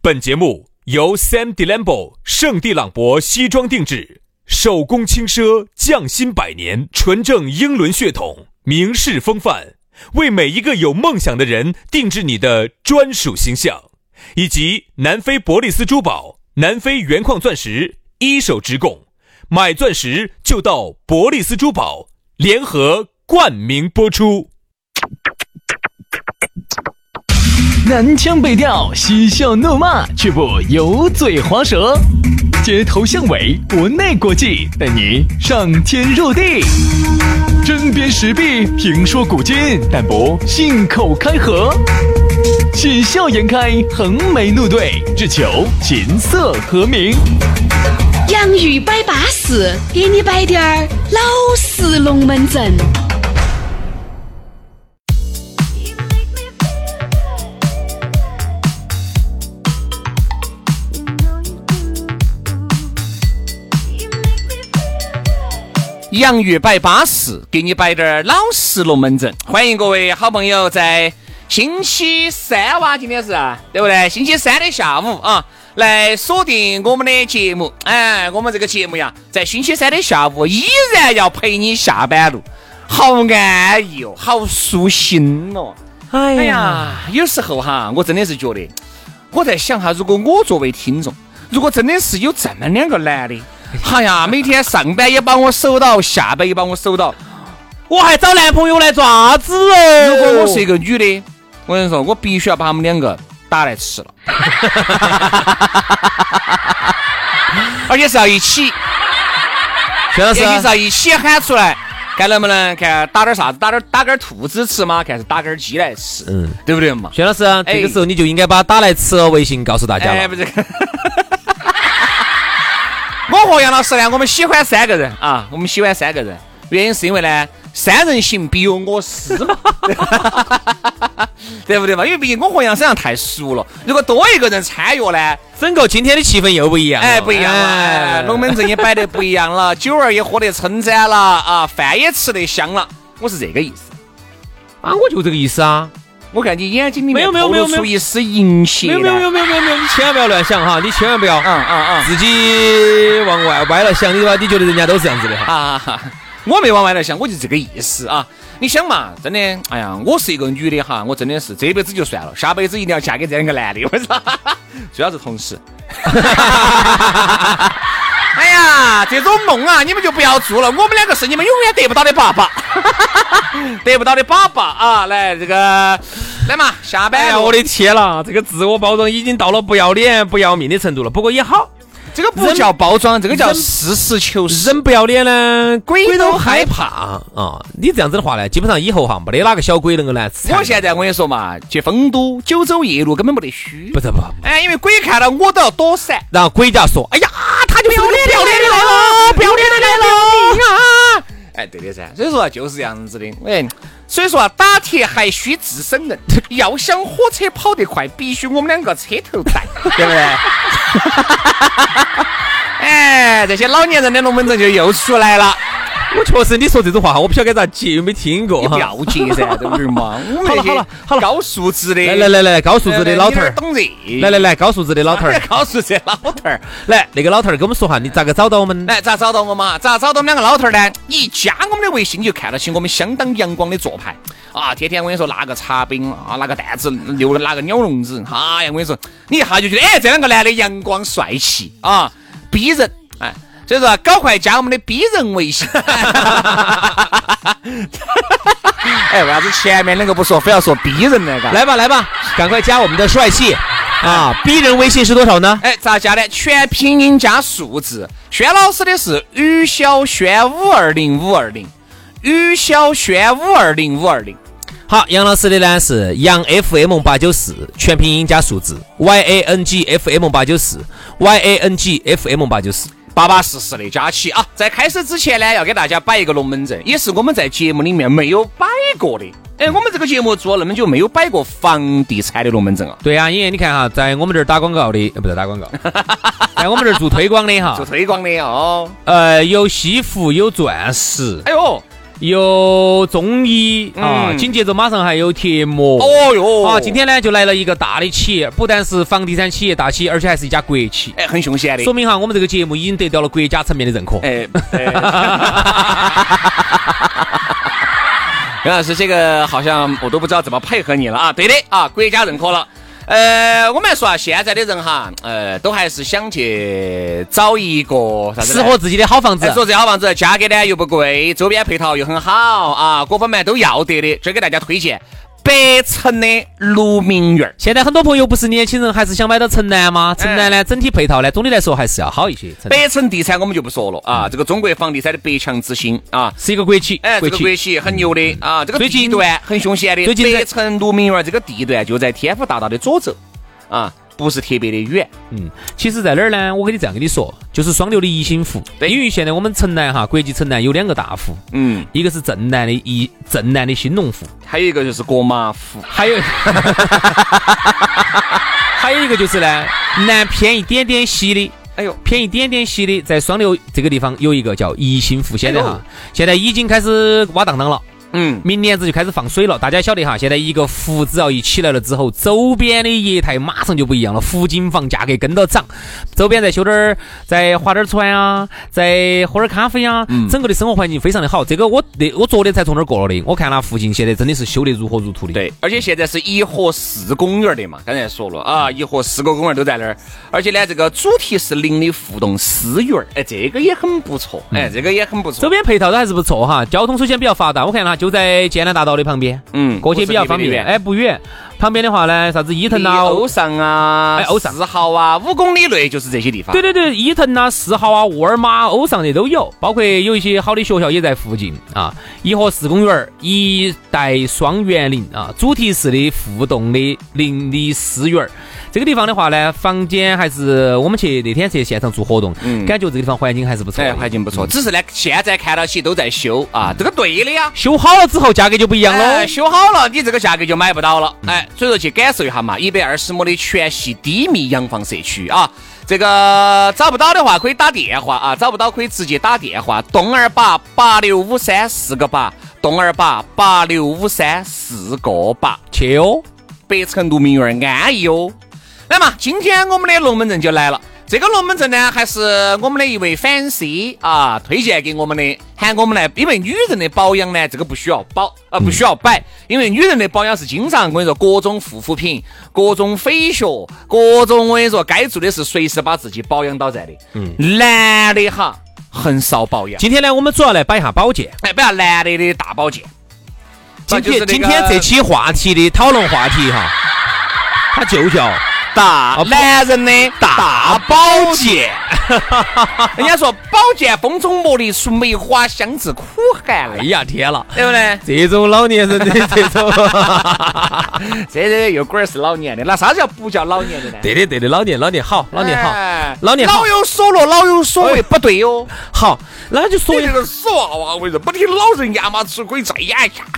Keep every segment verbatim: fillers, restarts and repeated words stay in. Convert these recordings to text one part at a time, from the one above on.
本节目由 Sam Delambo 圣地朗博西装定制，手工轻奢，匠心百年，纯正英伦血统，名士风范，为每一个有梦想的人定制你的专属形象。以及南非伯利斯珠宝、南非原矿钻石一手直供，买钻石就到伯利斯珠宝，联合冠名播出。 南腔北调，嬉笑怒骂，却不油嘴滑舌，街头巷尾，国内国际，带你上天入地，针砭时弊，评说古今，但不信口开河，喜笑颜开，横眉怒对，只求琴瑟和鸣。 洋芋摆巴士，给你摆点儿老式龙门阵。 洋芋摆巴士，给你摆点老实龙门阵。欢迎各位好朋友在星期三哇，今天是对不对？星期三的下午啊，来锁定我们的节目。哎，我们这个节目呀，在星期三的下午依然要陪你下班路，好安逸哦，好舒心哦。哎呀，哎呀有时候哈，我真的是觉得，我在想哈，如果我作为听众，如果真的是有这么两个男的。哎呀，每天上班也帮我守到，下班也帮我守到，我还找男朋友来抓子哦。如果我是一个女的，我跟你说，我必须要把他们两个打来吃了，而且是要一起， 薛老师， 也是要一起喊出来，看能不能看打点啥子，打点打根兔子吃吗？看是打根鸡来吃，嗯，对不对嘛？ 薛老师，这个时候你就应该把打来吃微信告诉大家了。 哎，不是。我和杨老师呢，我们喜欢三个人啊，我们喜欢三个人，原因是因为呢，三人行必有我师嘛，对不对嘛？因为毕竟我和杨身上太熟了，如果多一个人参与呢， 整个今天的气氛又不一样了， 哎，不一样了，哎，龙门阵也摆得不一样了，酒儿也喝得称赞了啊，饭也吃得香了，我是这个意思啊，我就这个意思啊。 我看你眼睛里面透露出一丝淫邪， 没有没有没有没有没有没有，你千万不要乱想哈，你千万不要， 嗯嗯嗯， 自己往外歪了想，你吧，你觉得人家都是这样子的哈。 啊，我没往外来想，我就这个意思啊。你想嘛，真的，哎呀，我是一个女的哈，我真的是这辈子就算了，下辈子一定要嫁给这样一个男的，我操，主要是同事。哎呀，这种梦啊，你们就不要做了。我们两个是你们永远得不到的爸爸，得不到的爸爸啊！来，这个来嘛，下班。 哎呀，我的天啦，这个自我包装已经到了不要脸、不要命的程度了。不过也好， 这个不叫包装，这个叫实事求是。 人不要脸呢，鬼都害怕啊！你这样子的话呢，基本上以后哈，没得哪个小鬼能够来吃。 我现在我跟你说嘛，去丰都九州夜路根本没得虚。 不是不， 哎，因为鬼看到我都要躲闪， 然后鬼家说：“哎呀，他就不要脸的来了，不要脸的来了啊！” 哎，对的噻，所以说就是这样子的。哎，所以说啊，打铁还需自身硬，要想火车跑得快，必须我们两个车头带，对不对？哎，这些老年人的龙门阵就又出来了。 我确实，你说这种话，我不晓得该咋接，又没听过。 你不要接噻，对不对嘛？我们好了好了好了， 高素质的， 来来来来，高素质的老头儿， 懂这。 来来来，高素质的老头儿， 高素质老头儿， 来，那个老头儿跟我们说哈，你咋个找到我们？ 来，咋找到我嘛？咋找到我们两个老头儿呢？你一加我们的微信，你就看得起我们相当阳光的做派啊！天天我跟你说，拿个茶饼啊，拿个担子，溜拿个鸟笼子，哎呀，我跟你说，你一下就觉得，哎，这两个男的阳光帅气啊，逼人，哎。所以说，赶快加我们的逼人微信。哎，为啥子前面那个不说，非要说逼人那个？ 来吧，来吧，赶快加我们的帅气啊！逼人微信是多少呢？ 哎，咋加的？全拼音加数字。轩老师的是于小轩五二零五二零，于小轩五二零五二零。 好，杨老师的呢是杨 F M 八九四，全拼音加数字 Y A N G F M 八九四 Y A N G F M 八九四。 巴巴适适的假期啊！在开始之前呢，要给大家摆一个龙门阵，也是我们在节目里面没有摆过的。哎，我们这个节目做了那么久，没有摆过房地产的龙门阵啊。 对啊，因为你看哈，在我们这儿打广告的，呃，不是打广告，在我们这儿做推广的哈， 做推广的哦。 呃，有西服，有钻石。 哎呦， 有综艺啊，紧接着马上还有贴膜。 哦哟啊，今天呢就来了一个大的企业，不但是房地产企业大企业，而且还是一家国企， 哎，很凶险的， 说明哈我们这个节目已经得到了国家层面的认可。 哎，杨老师，这个好像我都不知道怎么配合你了啊。对的啊，国家认可了。呃，我们来说啊，现在的人哈，呃，都还是想去找一个啥子适合自己的好房子， 适合自己好房子，价格呢又不贵，周边配套又很好啊，各方面都要得的，这给大家推荐北城的鹿鸣园。 现在很多朋友不是年轻人，还是想买到城南吗？城南呢，整体配套呢，总的来说还是要好一些。 北城地产我们就不说了啊，这个中国房地产的百强之星啊， 是一个国企， 哎，这个国企很牛的啊，这个地段很凶险的。北城鹿鸣园这个地段就在天府大道的左侧啊，不是特别的远。 嗯，其实在哪儿呢？我跟你这样跟你说，就是双流的宜兴湖。因为现在我们城南哈，国际城南有两个大湖，嗯，一个是正南的宜正南的兴隆湖， 还有一个就是国马湖， 还有还有一个就是呢，南偏一点点西的。 哎呦， 偏一点点西的，在双流这个地方有一个叫宜兴湖，现在哈，现在已经开始挖荡荡了。嗯，明年子就开始放水了。大家晓得哈，现在一个湖只要一起来了之后，周边的业态马上就不一样了，湖景房价格跟到涨，周边再修点儿，再划点儿船啊，再喝点咖啡啊，嗯、整个的生活环境非常的好。这个我我昨天才从那儿过了的，我看那附近现在真的是修得如火如荼的。 对，而且现在是一河四公园的嘛，刚才说了啊，一河四个公园都在那儿，而且呢，这个主题是邻里互动私园，哎，这个也很不错，哎，这个也很不错。 周边配套都还是不错哈，交通首先比较发达，我看哈。就在建南大道的旁边，嗯，过去比较方便，哎，不远。旁边的话呢，啥子伊藤啊、 欧尚啊、 哎欧尚四号啊，五公里内就是这些地方。 对对对，伊藤啊、四号啊、沃尔玛、欧尚的都有，包括有一些好的学校也在附近啊。一河四公园，一带双园林啊，主题式的互动的邻里私园。这个地方的话呢，房间还是我们去那天去现场做活动，嗯，感觉这个地方环境还是不错， 哎，环境不错。只是呢，现在看到起都在修啊，这个对的呀。 修好了之后价格就不一样了， 哎，修好了你这个价格就买不到了，哎，所以说去感受一下嘛。一百二十亩的全系低密洋房社区啊，这个找不到的话可以打电话啊，找不到可以直接打电话，东二八八六五三四个八，东二八八六五三四个八， 去哦， 北城鹿鸣园安逸哦。那么今天我们的龙门阵就来了，这个龙门阵呢还是我们的一位粉丝啊推荐给我们的，喊我们来，因为女人的保养呢这个不需要保啊、呃、不需要摆，因为女人的保养是经常我跟你说各种护肤品、各种飞雪、各种我跟你说该做的是随时把自己保养到在的。嗯，男的哈很少保养。 今天呢我们主要来摆一下保健， 哎，摆下男的的大保健。 今天、那个、今天这期话题的讨论话题哈，它就叫大男人的大保健。人家说保健风中磨砺出梅花香自苦寒来。 哎呀天了， 对不对？ 这种老年人的这种这这又果儿是老年的，那啥叫不叫老年的呢？ 对的对的，老年老年好，老年好， 哎、 老年好， 老有所乐，老有所为，哎、不对哟。 好，那就说这个死娃娃，我说不听老人言嘛，吃亏再演一下。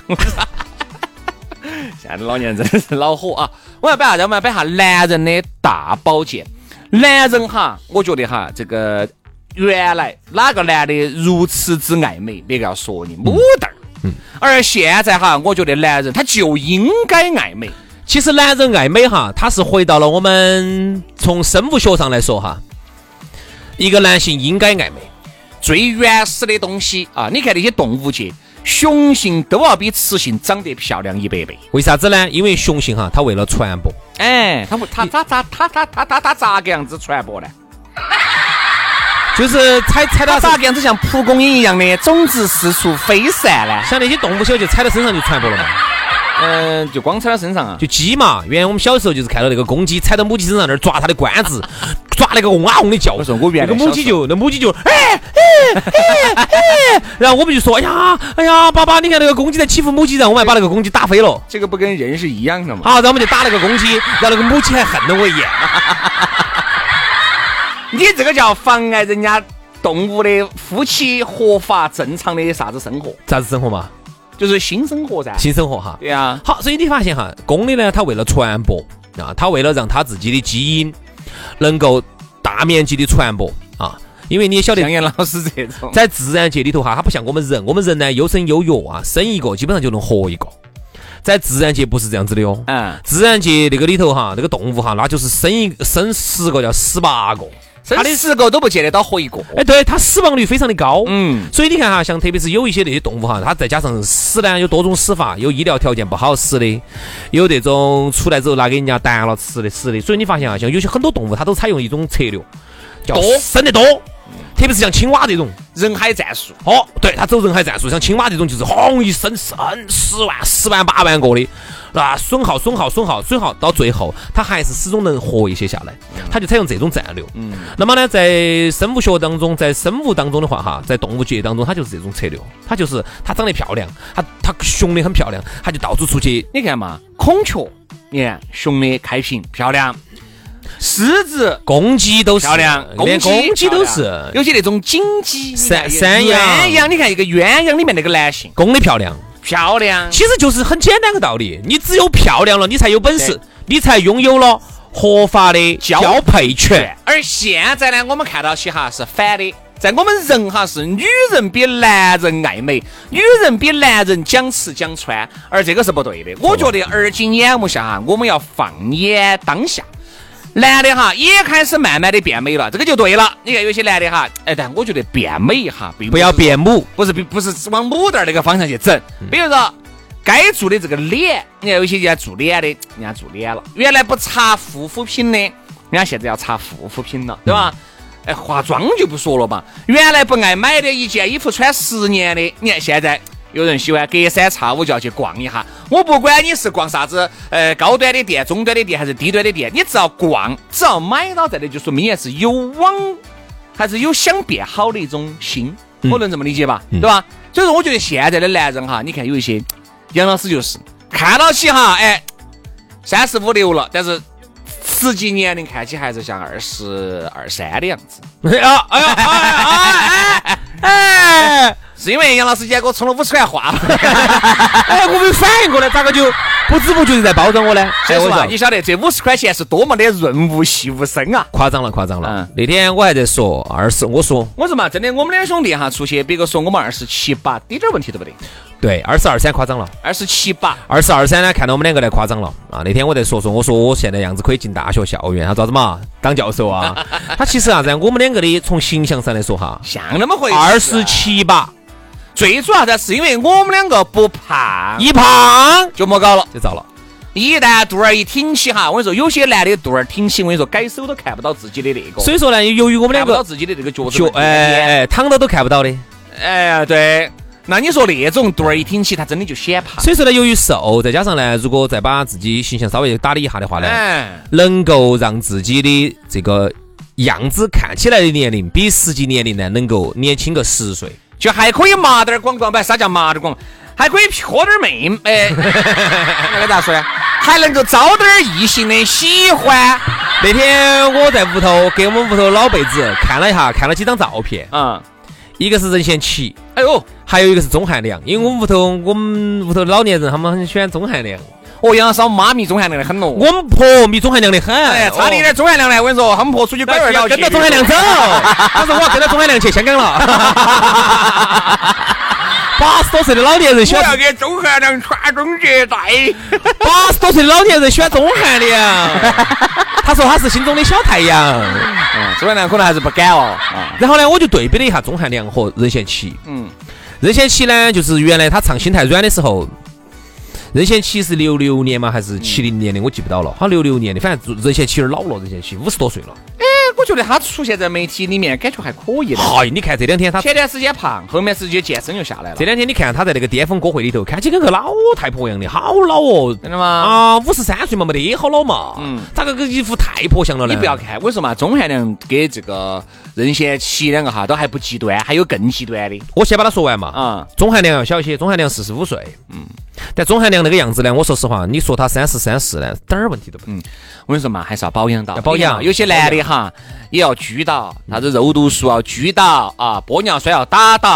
现在的老年人真的是恼火啊！我要摆啥子？我们要摆下男人的大保健。男人哈，我觉得哈，这个原来哪个男的如此之爱美，别个要说你母蛋儿。嗯。而现在哈，我觉得男人他就应该爱美。 其实男人爱美哈，他是回到了我们从生物学上来说哈，一个男性应该爱美， 最原始的东西啊！你看那些动物界。雄性都要比雌性长得漂亮一百倍， 为啥子呢？因为雄性哈，它为了传播， 哎，他他他他他他他他他咋个样子传播呢？ 就是踩踩到咋个样子像蒲公英一样的种子四处飞散呢？ 像那些动物小就踩到身上就传播了嘛。 嗯、呃，就光踩到身上啊， 就鸡嘛。原来我们小时候就是看到那个公鸡踩到母鸡身上那儿抓它的冠子，抓那个嗡啊嗡的叫。 我说我原来那个母鸡就那母鸡就哎哎哎哎，然后我们就说哎呀哎呀，爸爸你看那个公鸡在欺负母鸡，然后我们还把那个公鸡打飞了。 这个不跟人是一样的吗？ 好，然后我们就打那个公鸡，然后那个母鸡还恨了我一眼。 你这个叫妨碍人家动物的夫妻合法正常的啥子生活？ 啥子生活嘛？ 就是新生活噻， 新生活哈， 对啊。 好，所以你发现哈，公的呢，它为了传播啊，它为了让它自己的基因能够大面积的传播啊， 因为你也晓得， 像严老师这种， 在自然界里头哈，它不像我们人，我们人呢有生有弱啊，生一个基本上就能活一个。在自然界不是这样子的哟，嗯，自然界那个里头哈，那个动物哈，那就是生一生十个叫十八个。 他的十个都不见得到活一个， 哎，对，它死亡率非常的高，嗯，所以你看哈，像特别是有一些那些动物哈，它再加上死呢，有多种死法，有医疗条件不好死的，有这种出来之后拿给人家弹了吃的死的，所以你发现啊，像有些很多动物它都采用一种策略，叫生得多，特别是像青蛙这种人海战术， 哦，对，它走人海战术，像青蛙这种就是轰一生生十万、十万、八万个的。啊，损耗、损耗、损耗、损耗，到最后它还是始终能活一些下来，它就采用这种战略。嗯，那么呢，在生物学当中，在生物当中的话，哈，在动物界当中，它就是这种策略，它就是它长得漂亮，它它雄的很漂亮，它就到处出去。 你看嘛，孔雀，你看雄的开屏漂亮，狮子、 公鸡都是漂亮， 连公鸡都是， 有些那种金鸡、 山山羊、 鸳鸯，你看一个鸳鸯里面那个男性， 公的漂亮。 漂亮， 其实就是很简单的道理，你只有漂亮了，你才有本事，你才拥有了合法的交配权。 而现在呢，我们看到起哈是反的，在我们人哈是女人比男人爱美，女人比男人讲吃讲穿，而这个是不对的。我觉得而今眼目下哈，我们要放眼当下。男的哈也开始慢慢的变美了，这个就对了。你看有些男的哈，哎，但我觉得变美哈，并不要变母， 不是不是往母蛋那个方向去整。比如说该做的这个脸，你看有些人家做脸的，人家做脸了，原来不擦护肤品的，人家现在要擦护肤品了，对吧？哎，化妆就不说了吧，原来不爱买的一件衣服穿十年的，你看现在。有人喜欢隔三差五就要去逛一下，我不管你是逛啥子，呃，高端的店、中端的店还是低端的店，你只要逛，只要买到在的，就说明也是有往，还是有想变好的一种心，可能这么理解吧，嗯、对吧？所以说，我觉得现在的男人哈，你看有一些杨老师就是看到起哈，哎，三十五六了，但是实际年龄看起还是像二十二三的样子。哎呀，哎呀，哎哎哎！是因为杨老师今天给我充了五十块话了， 哎，我没反应过来，咋个就不知不觉的在包装我呢？ 所以说啊，你晓得这五十块钱是多么的润物细无声啊！ 夸张了，夸张了。嗯、那天我还在说二十，我说我说嘛，真的，我们两兄弟哈出去，别个说我们二十七八，滴点问题都不得。 对，二十二三夸张了， 二十七八， 二十二三呢，看到我们两个来夸张了啊！那天我在说说，我说我现在样子可以进大学校园，他咋子嘛？当教授啊？他其实啊，在我们两个的从形象上来说哈， 像那么回事、啊。 二十七八。 最主要的是因为我们两个不胖， 一胖就莫搞了， 就糟了。 一旦肚儿一挺起哈，我跟你说，有些男的肚儿挺起，我跟你说，改手都看不到自己的那个。 所以说呢，由于我们两个看不到自己的这个脚趾， 哎哎，躺到都看不到的。 哎，对。那你说那种肚儿一挺起，他真的就显胖。 所以说呢，由于瘦，再加上呢，如果再把自己形象稍微打理一下的话呢， 哎、 能够让自己的这个样子看起来的年龄比实际年龄呢，能够年轻个十岁。 就还可以麻点广告呗，啥叫麻点广告？还可以泼点妹，哎，那个咋说呀？还能够招点异性的喜欢。 那天我在屋头给我们屋头老辈子看了一下，看了几张照片， 嗯， 一个是任贤齐， 哎呦， 还有一个是钟汉良，因为我们屋头我们屋头老年人他们很喜欢钟汉良。 哦，杨嫂妈迷钟汉良的很咯， 我们婆迷钟汉良的很， 哎，差点点钟汉良来，我跟你说，他们婆出去拐弯道跟着钟汉良走，他说我要跟着钟汉良去香港了。八十多岁的老年人喜欢， 我要给钟汉良传宗接代。 八十多岁的老年人喜欢钟汉良，他说他是心中的小太阳。 嗯，钟汉良可能还是不敢哦。 嗯、然后呢，我就对比了一下钟汉良和任贤齐。嗯，任贤齐呢，就是原来他唱《心太软》的时候。任贤齐是六六年吗？还是七零年的？我记不到了。好像六六年的，反正任贤齐有点老了。任贤齐五十多岁了。 哎，我觉得他出现在媒体里面，感觉还可以的。 嗨，你看这两天他前段时间胖，后面直接健身就下来了。 这两天你看他在那个巅峰歌会里头，看起跟个老太婆一样的，好老哦， 真的吗？ 啊，五十三岁嘛，没得好老嘛。嗯，咋个跟一副太婆像了呢？ 你不要看，我说嘛，钟汉良跟这个任贤齐两个哈都还不极端，还有更极端的。 我先把它说完嘛。 啊、 嗯，钟汉良要小一些，钟汉良四十五岁。嗯。但钟汉良那个样子呢，我说实话，你说他三十三四呢，点儿问题都不。 嗯，我跟你说嘛，还是要保养到， 要保养。 有些男的哈也要居到，啥子肉毒素要居到啊，玻尿酸要打到，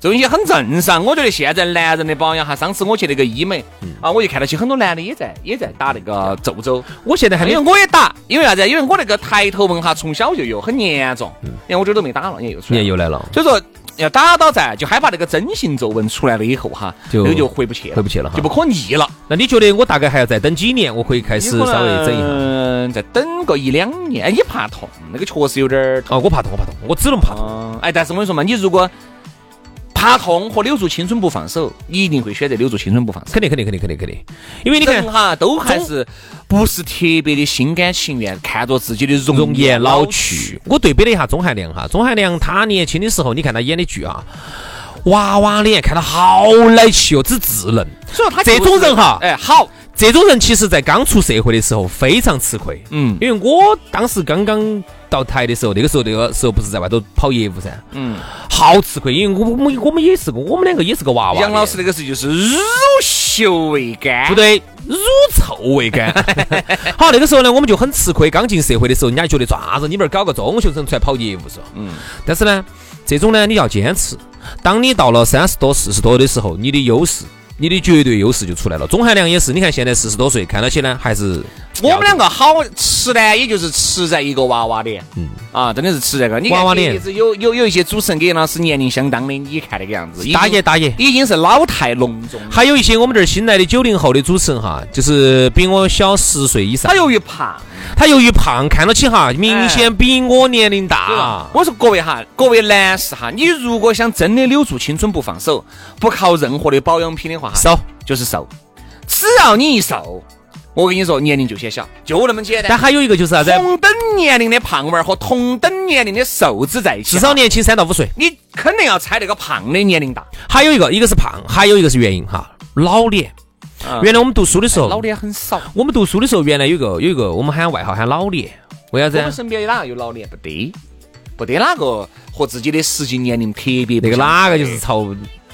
这东西很正常。我觉得现在男人的保养哈，上次我去那个医美、嗯、啊，我就看到起很多男的也在也在打那个皱皱。 我现在还没， 因为我也打，因为啥子？因为我那个抬头纹哈，从小就有，很严重。嗯，因为我这都没打了，也又出来了， 又来了。 所以说要打到在，就害怕那个真性皱纹出来了以后哈，就那个就回不去了， 回不去了， 就不可逆了。 那你觉得我大概还要再等几年，我可以开始稍微整一下？ 嗯，再等个一两年。哎，你怕痛？那个确实有点痛。哦，我怕痛，我怕痛，我只能怕痛。 嗯、哎，但是我跟你说嘛，你如果怕痛和留住青春不放手，你一定会选择留住青春不放手。 肯定，肯定，肯定，肯定，肯定。因为你看哈，都还是不是特别的心甘情愿，看着自己的容容颜老去。我对比了一下钟汉良哈，钟汉良他年轻的时候，你看他演的剧啊，娃娃脸，看他好奶气哦，只稚嫩。 所以他、 就是、这种人哈， 哎，好。 这种人其实在刚出社会的时候非常吃亏，嗯，因为我当时刚刚到台的时候，那个时候那个时候不是在外头跑业务噻，嗯，好吃亏，因为我们我们也是个，我们两个也是个娃娃。 杨老师那个是就是乳臭未干， 不对，乳臭未干。好，那个时候呢，我们就很吃亏。刚进社会的时候，人家觉得啥子，你们搞个中学生出来跑业务是吧？嗯，但是呢，这种呢，你要坚持。当你到了三十多、四十多的时候，你的优势。你的绝对优势就出来了。钟汉良也是，你看现在四十多岁，看到起呢还是我们两个好吃呢，也就是吃在一个娃娃脸，嗯啊，真的是吃这个。你看娃娃脸，有有有一些主持人跟老师年龄相当的，你看那个样子， 大爷大爷， 已经是老态龙钟。 还有一些我们这儿新来的九零后的主持人哈，就是比我小十岁以上。 他由于胖， 他由于胖，看到起哈，明显比我年龄大。 哎、我说各位哈，各位男士哈，你如果想真的留住青春不放手，不靠任何的保养品的话， 瘦就是瘦。只要你一瘦，我跟你说，年龄就显小，就那么简单。 但还有一个就是啥子？ 同等年龄的胖娃儿和同等年龄的瘦子在一起， 至少年轻三到五岁， 你肯定要猜那个胖的年龄大。 还有一个，一个是胖，还有一个是原因哈，老脸。嗯、原来我们读书的时候， 老脸很少。 我们读书的时候，原来有个有一个，我们喊外号喊老脸，为啥子？ 我们身边有哪个有老脸？不得，不得哪个和自己的实际年龄特别不那个哪个就是朝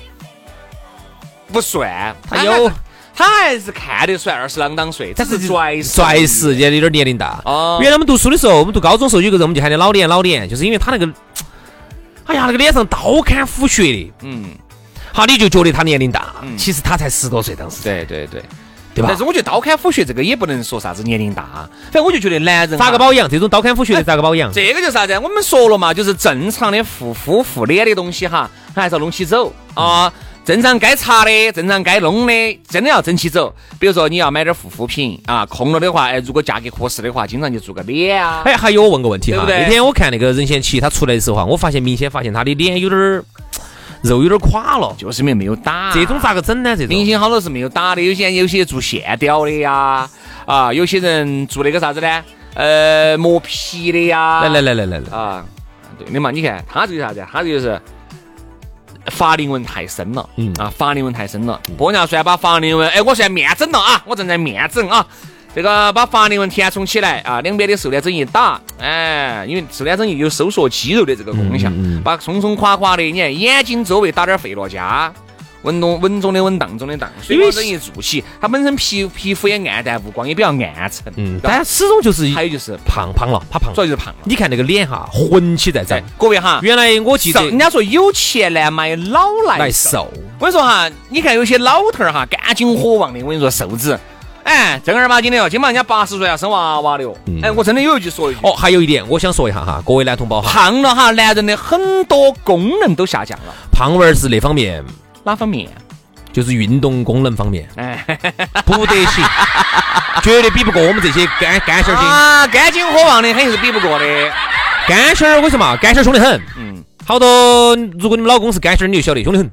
不算， 他有。 他还是看得出来二十啷当岁，但是拽拽死，有点年龄大。哦，原来我们读书的时候，我们读高中的时候，有个人我们就喊他老脸老脸，就是因为他那个，哎呀，那个脸上刀砍斧削的，嗯，好，你就觉得他年龄大，嗯、其实他才十多岁当时。 对对对，对吧？但是我觉得刀砍斧削这个也不能说啥子年龄大，反正我就觉得男人咋个保养，这种刀砍斧削的咋个保养？ 这个就是啥子？我们说了嘛，就是正常的护肤护脸的东西哈，还是要弄起走啊。嗯，正常该擦的，正常该弄的，真的要整起走。比如说你要买点护肤品啊，空了的话，哎，如果价格合适的话，经常就做个脸啊。 哎，还有我问个问题哈， 对不对？ 那天我看那个任贤齐他出来的时候哈，我发现明显发现他的脸有点肉有点垮了， 就是因为没有打。 这种咋个整呢？这种明星好多是没有打的，有些有些做线雕的呀，啊，有些人做那个啥子呢？呃，磨皮的呀。 来来来来来来啊，对的嘛，你看他这个啥子？他这个是。法令纹太深了，嗯啊，法令纹太深了。玻尿酸把法令纹，哎，我现在面整了啊，我正在面整啊。这个把法令纹填充起来啊，两边的瘦脸针一打，哎，因为瘦脸针有收缩肌肉的这个功效，嗯嗯、把松松垮垮的，你看眼睛周围打点费洛嘉。稳中稳中的稳，当中的当，水光针一做起，它本身皮皮肤也暗淡无光，也比较暗沉。 嗯，但始终就是还有就是胖胖了，他胖， 主要就是胖了。 你看那个脸哈，浑气在长。 各位哈， 原来我记得人家说有钱难买老来瘦。我跟你说哈，你看有些老头儿哈，干劲火旺的，我跟你说瘦子，哎，正儿八经的哦，今晚人家八十岁要生娃娃的哦。嗯、哎，我真的有一句说一句。 哦，还有一点我想说一下哈，各位男同胞哈， 胖了哈，男人的很多功能都下降了。 胖娃儿是那方面， 哪方面？ 就是运动功能方面，哎，不得行，绝对比不过我们这些干干线儿精啊，干劲火旺的肯定是比不过的。 干线儿为什么？干线儿凶得很，嗯，好多。如果你们老公是干线儿，你就晓得凶得很。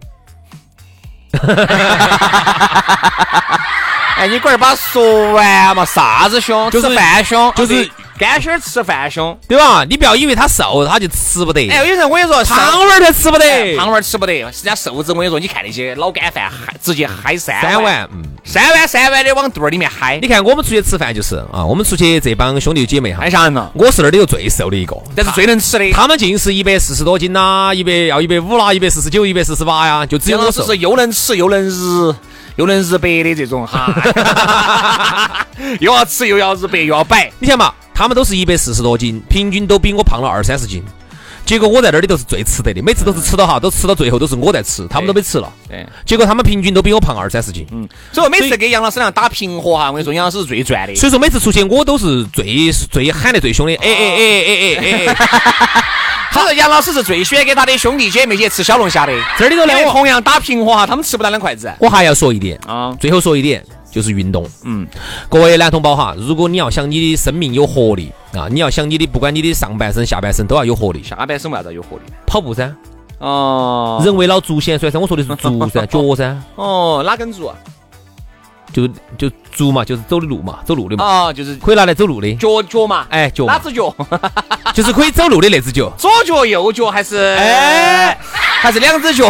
哎，你龟儿把说完嘛？啥子凶？ 就是吃饭凶， 就是干线儿吃饭凶， 对吧？你不要以为他瘦，他就吃不得。 哎，有人我跟你说， 胖娃儿才吃不得，哎、 胖娃儿吃不得。人家瘦子，我跟你说，你看那些老干饭，直接嗨三三碗，嗯， 三碗三碗的往肚儿里面嗨。 你看我们出去吃饭就是啊，我们出去这帮兄弟姐妹哈， 太吓人了。 我是那儿里头最瘦的一个， 但是最能吃的。 他们尽是一百四十多斤呐，一百要一百五啦，一百四十九、一百四十八呀，就只有我瘦。 是又能吃又能日。又能日白的这种哈，又要吃又要日白又要摆。 你看嘛，他们都是一百四十多斤，平均都比我胖了二三十斤。 结果我在那里都是最吃得的，每次都是吃到哈，都吃到最后都是我在吃，他们都没吃了。对，结果他们平均都比我胖二三十斤。 嗯，所以每次给杨老师俩打平和哈，我跟你说，杨老师是最赚的。 所以说每次出现我都是最最喊得最凶的。哎哎哎哎哎哎！ 他说杨老师是最喜欢给他的兄弟姐妹去吃小龙虾的。 这里头呢， 我同样打平和哈，他们吃不到两筷子。 我还要说一点啊，最后说一点。就是运动，嗯，各位男同胞哈，如果你要想你的生命有活力啊，你要想你的不管你的上半身、下半身都要有活力。 下半身为啥子有活力？ 跑步噻。 哦。 人为老足先衰噻，我说的是足噻，脚噻。 哦，哪根足啊？ 就就足嘛，就是走的路嘛，走路的嘛。 啊，就是可以拿来走路的。 脚脚嘛， 哎，脚。 哪只脚？ 就是可以走路的那只脚。 左脚、右脚还是？哎，还是两只脚。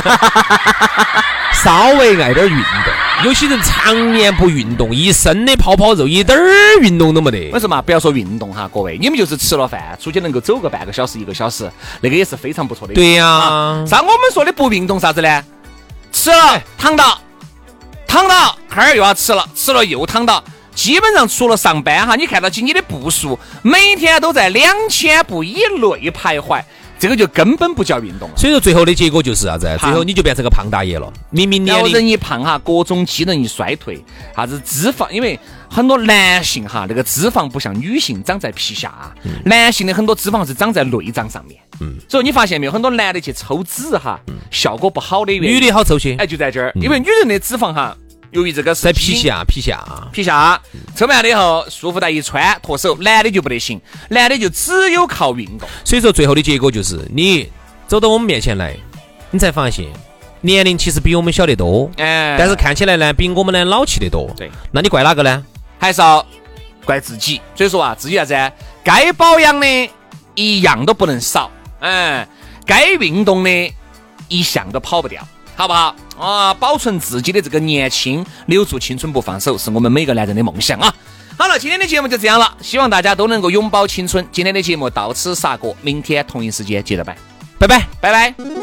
稍微爱点运动。有些人常年不运动，一身的泡泡肉，一点儿运动都没得。 为什么？不要说运动哈，各位，你们就是吃了饭出去能够走个半个小时、一个小时，那个也是非常不错的。 对呀、啊， 像我们说的不运动啥子呢？吃了躺到，躺到，哈儿又要吃了，吃了又躺到，基本上除了上班哈，你看到起你的步数每天都在两千步以内徘徊。这个就根本不叫运动了， 所以说最后的结果就是啥子？最后你就变成个胖大爷了。明明年龄人一胖哈，各种机能一衰退，啥子脂肪，因为很多男性哈，那个脂肪不像女性长在皮下，嗯、男性的很多脂肪是长在内脏上面。嗯，所以你发现没有，很多男的去抽脂哈，嗯、效果不好的原因， 女的好抽些， 哎，就在这儿，嗯、因为女人的脂肪哈。由于这个是在皮下，皮下， 皮下，抽完了以后，束缚带一穿脱手，男的就不得行，男的就只有靠运动。 所以说，最后的结果就是你走到我们面前来，你才发现年龄其实比我们小得多，哎，但是看起来呢，比我们呢老气得多。 对， 那你怪哪个呢？ 还是要怪自己。所以说啊，自己啥子？该保养的一样都不能少，哎，该运动的一项都跑不掉。好不好啊？保存自己的这个年轻，留住青春不放手，是我们每个男人的梦想啊！好了，今天的节目就这样了，希望大家都能够拥抱青春。今天的节目到此煞过，明天同一时间接着拜， 拜拜， 拜拜。